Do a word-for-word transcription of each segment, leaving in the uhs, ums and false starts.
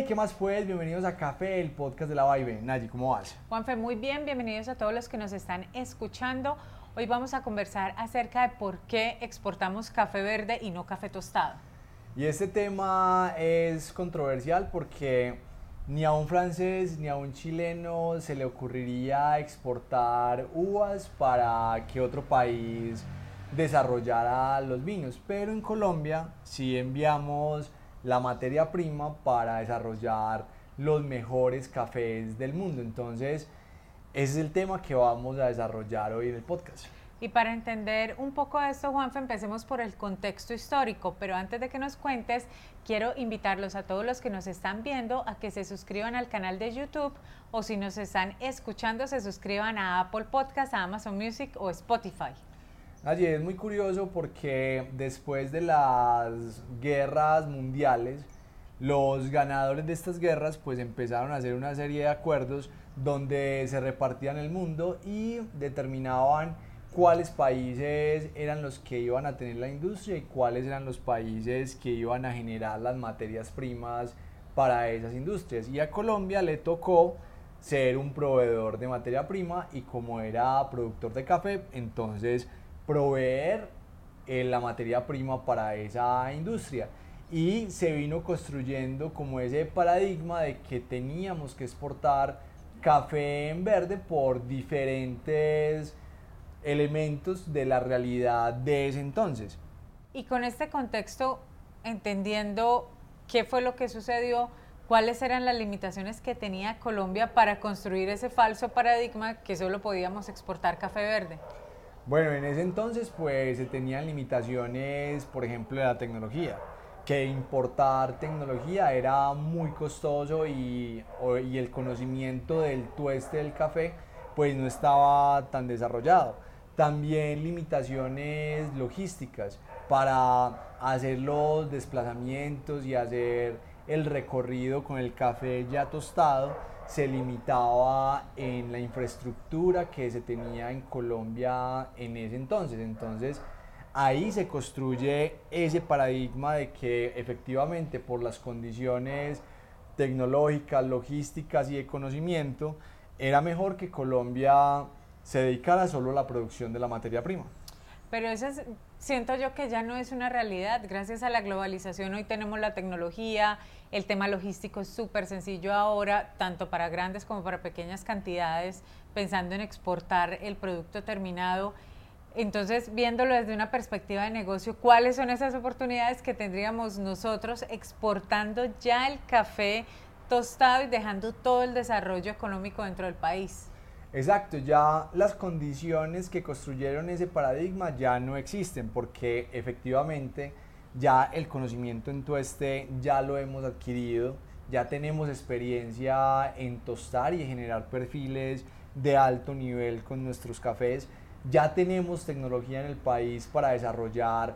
¿qué más pues? Bienvenidos a Café, el podcast de la Vibe. Nayi, ¿cómo vas? Juanfe, muy bien, bienvenidos a todos los que nos están escuchando. Hoy vamos a conversar acerca de por qué exportamos café verde y no café tostado. Y este tema es controversial porque ni a un francés ni a un chileno se le ocurriría exportar uvas para que otro país desarrollara los vinos, pero en Colombia sí enviamos la materia prima para desarrollar los mejores cafés del mundo. Entonces, ese es el tema que vamos a desarrollar hoy en el podcast. Y para entender un poco de esto, Juanfe, empecemos por el contexto histórico, pero antes de que nos cuentes, quiero invitarlos a todos los que nos están viendo a que se suscriban al canal de YouTube o si nos están escuchando, se suscriban a Apple Podcast, a Amazon Music o Spotify. Allí es muy curioso porque después de las guerras mundiales, los ganadores de estas guerras pues empezaron a hacer una serie de acuerdos donde se repartían el mundo y determinaban cuáles países eran los que iban a tener la industria y cuáles eran los países que iban a generar las materias primas para esas industrias. Y a Colombia le tocó ser un proveedor de materia prima y como era productor de café, entonces proveer eh, la materia prima para esa industria. Y se vino construyendo como ese paradigma de que teníamos que exportar café en verde por diferentes elementos de la realidad de ese entonces. Y con este contexto, entendiendo qué fue lo que sucedió, cuáles eran las limitaciones que tenía Colombia para construir ese falso paradigma que solo podíamos exportar café verde. Bueno, en ese entonces pues se tenían limitaciones, por ejemplo, de la tecnología, que importar tecnología era muy costoso y, y el conocimiento del tueste del café pues no estaba tan desarrollado. También limitaciones logísticas para hacer los desplazamientos y hacer el recorrido con el café ya tostado se limitaba en la infraestructura que se tenía en Colombia en ese entonces. Entonces ahí se construye ese paradigma de que efectivamente por las condiciones tecnológicas, logísticas y de conocimiento era mejor que Colombia se dedicara solo a la producción de la materia prima. Pero eso es, siento yo que ya no es una realidad. Gracias a la globalización hoy tenemos la tecnología, el tema logístico es súper sencillo ahora, tanto para grandes como para pequeñas cantidades, pensando en exportar el producto terminado. Entonces, viéndolo desde una perspectiva de negocio, ¿cuáles son esas oportunidades que tendríamos nosotros exportando ya el café tostado y dejando todo el desarrollo económico dentro del país? Exacto, ya las condiciones que construyeron ese paradigma ya no existen porque efectivamente ya el conocimiento en tueste ya lo hemos adquirido, ya tenemos experiencia en tostar y generar perfiles de alto nivel con nuestros cafés, ya tenemos tecnología en el país para desarrollar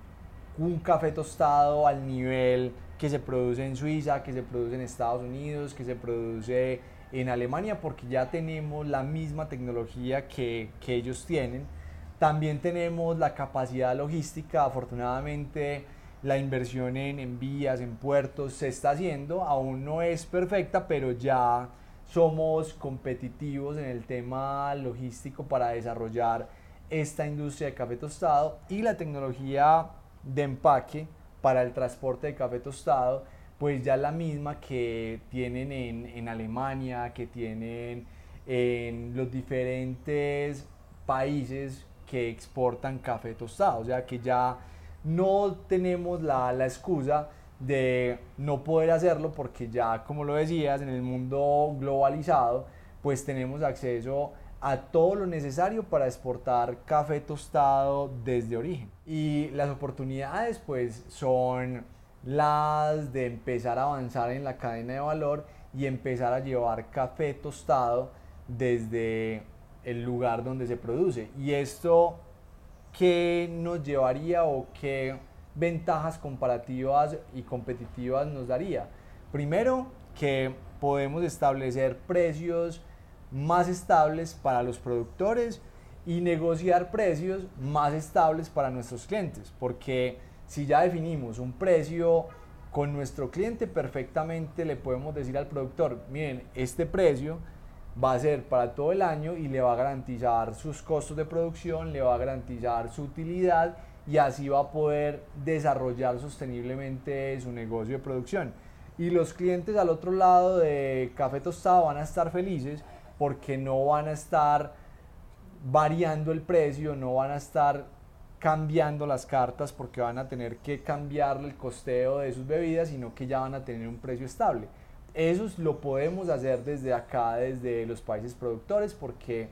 un café tostado al nivel que se produce en Suiza, que se produce en Estados Unidos, que se produce en Alemania, porque ya tenemos la misma tecnología que, que ellos tienen. También tenemos la capacidad logística, afortunadamente la inversión en, en vías, en puertos se está haciendo, aún no es perfecta, pero ya somos competitivos en el tema logístico para desarrollar esta industria de café tostado y la tecnología de empaque para el transporte de café tostado pues ya es la misma que tienen en, en Alemania, que tienen en los diferentes países que exportan café tostado. O sea que ya no tenemos la, la excusa de no poder hacerlo porque ya, como lo decías, en el mundo globalizado, pues tenemos acceso a todo lo necesario para exportar café tostado desde origen. Y las oportunidades pues son las de empezar a avanzar en la cadena de valor y empezar a llevar café tostado desde el lugar donde se produce. Y esto, ¿qué nos llevaría o qué ventajas comparativas y competitivas nos daría? Primero, que podemos establecer precios más estables para los productores y negociar precios más estables para nuestros clientes, porque si ya definimos un precio Con nuestro cliente perfectamente le podemos decir al productor, miren, este precio va a ser para todo el año y le va a garantizar sus costos de producción, le va a garantizar su utilidad y así va a poder desarrollar sosteniblemente su negocio de producción. Y los clientes al otro lado de Café Tostado van a estar felices porque no van a estar variando el precio, no van a estar cambiando las cartas porque van a tener que cambiarle el costeo de sus bebidas, sino que ya van a tener un precio estable. Eso lo podemos hacer desde acá, desde los países productores, porque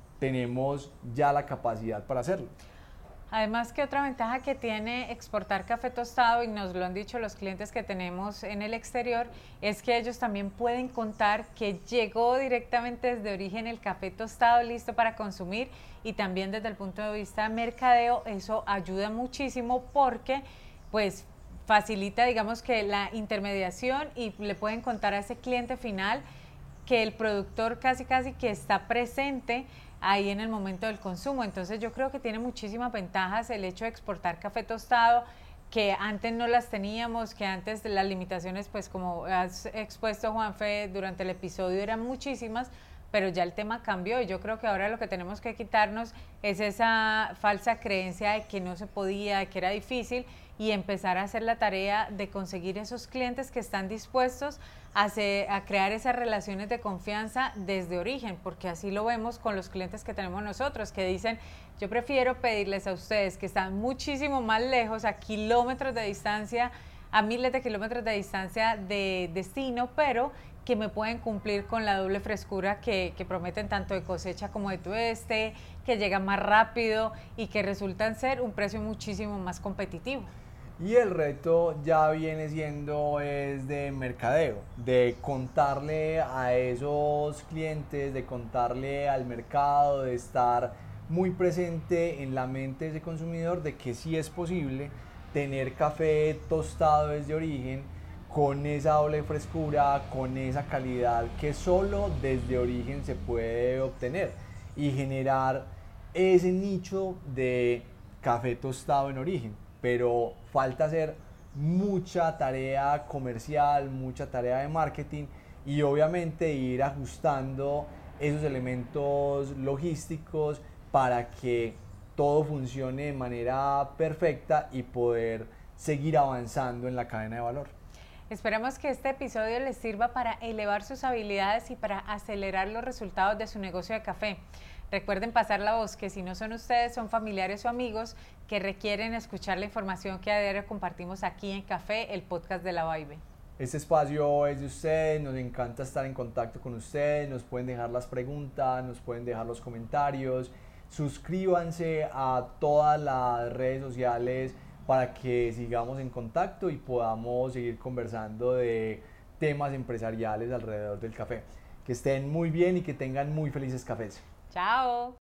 tenemos ya la capacidad para hacerlo. Además, que otra ventaja que tiene exportar café tostado, y nos lo han dicho los clientes que tenemos en el exterior, es que ellos también pueden contar que llegó directamente desde origen el café tostado listo para consumir, y también desde el punto de vista de mercadeo eso ayuda muchísimo porque pues facilita, digamos, que la intermediación, y le pueden contar a ese cliente final que el productor casi casi que está presente ahí en el momento del consumo. Entonces yo creo que tiene muchísimas ventajas el hecho de exportar café tostado, que antes no las teníamos, que antes de las limitaciones, pues como has expuesto, Juanfe, durante el episodio, eran muchísimas, pero ya el tema cambió, y yo creo que ahora lo que tenemos que quitarnos es esa falsa creencia de que no se podía, de que era difícil, y empezar a hacer la tarea de conseguir esos clientes que están dispuestos a, hacer, a crear esas relaciones de confianza desde origen, porque así lo vemos con los clientes que tenemos nosotros, que dicen, yo prefiero pedirles a ustedes que están muchísimo más lejos, a kilómetros de distancia, a miles de kilómetros de distancia de destino, pero que me pueden cumplir con la doble frescura que, que prometen, tanto de cosecha como de tueste, que llegan más rápido y que resultan ser un precio muchísimo más competitivo. Y el reto ya viene siendo es de mercadeo, de contarle a esos clientes, de contarle al mercado, de estar muy presente en la mente de ese consumidor de que sí es posible tener café tostado desde origen, con esa doble frescura, con esa calidad que solo desde origen se puede obtener, y generar ese nicho de café tostado en origen. Pero falta hacer mucha tarea comercial, mucha tarea de marketing, y obviamente ir ajustando esos elementos logísticos para que todo funcione de manera perfecta y poder seguir avanzando en la cadena de valor. Esperamos que este episodio les sirva para elevar sus habilidades y para acelerar los resultados de su negocio de café. Recuerden pasar la voz, que si no son ustedes, son familiares o amigos que requieren escuchar la información que a diario compartimos aquí en Café, el podcast de La Vibe. Este espacio es de ustedes, nos encanta estar en contacto con ustedes, nos pueden dejar las preguntas, nos pueden dejar los comentarios, suscríbanse a todas las redes sociales para que sigamos en contacto y podamos seguir conversando de temas empresariales alrededor del café. Que estén muy bien y que tengan muy felices cafés. ¡Chao!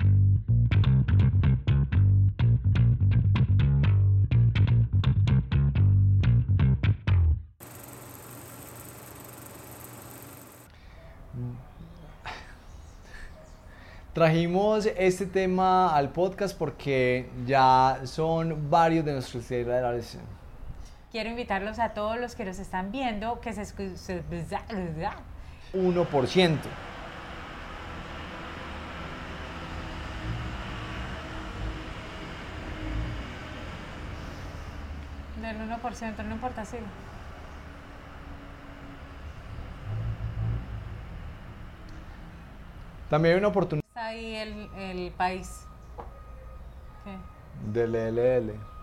Trajimos este tema al podcast porque ya son varios de nuestros seguidores. Quiero invitarlos a todos los que nos están viendo que se... se uno por ciento. Del uno por ciento, no importa, sí. También hay una oportunidad. Está ahí el, el país. ¿Qué? Del L L.